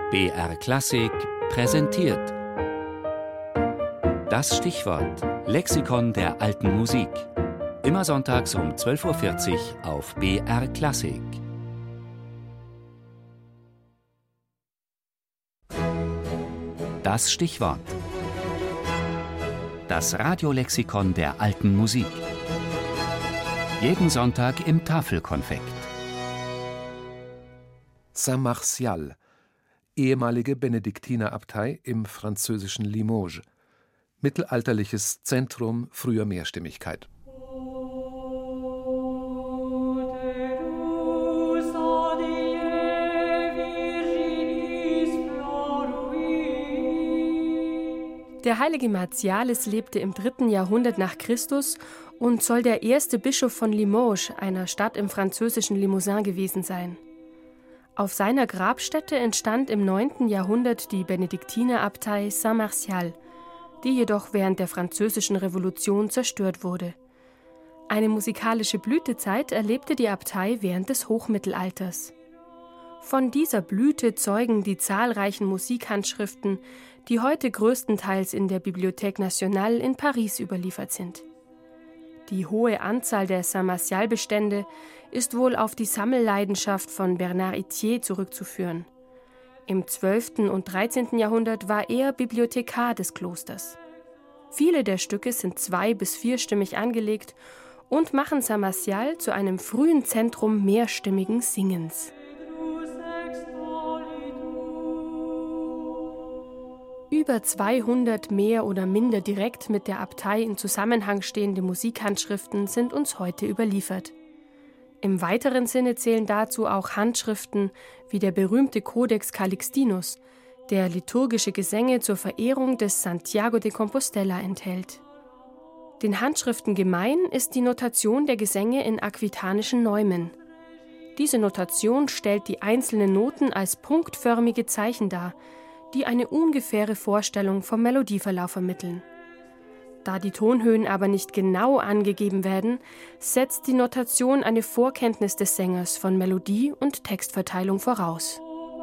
BR Klassik präsentiert das Stichwort Lexikon der alten Musik. Immer sonntags um 12:40 Uhr auf BR Klassik. Das Stichwort. Das Radiolexikon der alten Musik. Jeden Sonntag im Tafelkonfekt. Saint-Martial, ehemalige Benediktinerabtei im französischen Limoges. Mittelalterliches Zentrum früher Mehrstimmigkeit. Der heilige Martialis lebte im 3. Jahrhundert nach Christus und soll der erste Bischof von Limoges, einer Stadt im französischen Limousin, gewesen sein. Auf seiner Grabstätte entstand im 9. Jahrhundert die Benediktinerabtei Saint-Martial, die jedoch während der Französischen Revolution zerstört wurde. Eine musikalische Blütezeit erlebte die Abtei während des Hochmittelalters. Von dieser Blüte zeugen die zahlreichen Musikhandschriften, die heute größtenteils in der Bibliothèque Nationale in Paris überliefert sind. Die hohe Anzahl der Saint-Martial-Bestände ist wohl auf die Sammelleidenschaft von Bernard Itier zurückzuführen. Im 12. und 13. Jahrhundert war er Bibliothekar des Klosters. Viele der Stücke sind 2- bis 4-stimmig angelegt und machen Saint-Martial zu einem frühen Zentrum mehrstimmigen Singens. Über 200 mehr oder minder direkt mit der Abtei in Zusammenhang stehende Musikhandschriften sind uns heute überliefert. Im weiteren Sinne zählen dazu auch Handschriften wie der berühmte Codex Calixtinus, der liturgische Gesänge zur Verehrung des Santiago de Compostela enthält. Den Handschriften gemein ist die Notation der Gesänge in aquitanischen Neumen. Diese Notation stellt die einzelnen Noten als punktförmige Zeichen dar, die eine ungefähre Vorstellung vom Melodieverlauf vermitteln. Da die Tonhöhen aber nicht genau angegeben werden, setzt die Notation eine Vorkenntnis des Sängers von Melodie und Textverteilung voraus.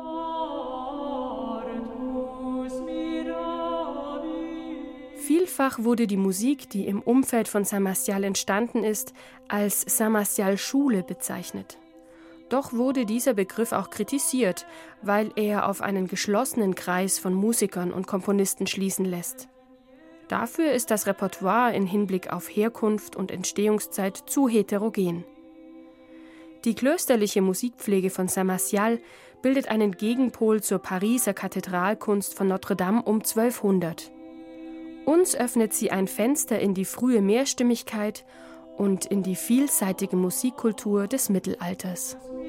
Vielfach wurde die Musik, die im Umfeld von Saint-Martial entstanden ist, als Saint-Martial-Schule bezeichnet. Doch wurde dieser Begriff auch kritisiert, weil er auf einen geschlossenen Kreis von Musikern und Komponisten schließen lässt. Dafür ist das Repertoire in Hinblick auf Herkunft und Entstehungszeit zu heterogen. Die klösterliche Musikpflege von Saint-Martial bildet einen Gegenpol zur Pariser Kathedralkunst von Notre-Dame um 1200. Uns öffnet sie ein Fenster in die frühe Mehrstimmigkeit und in die vielseitige Musikkultur des Mittelalters.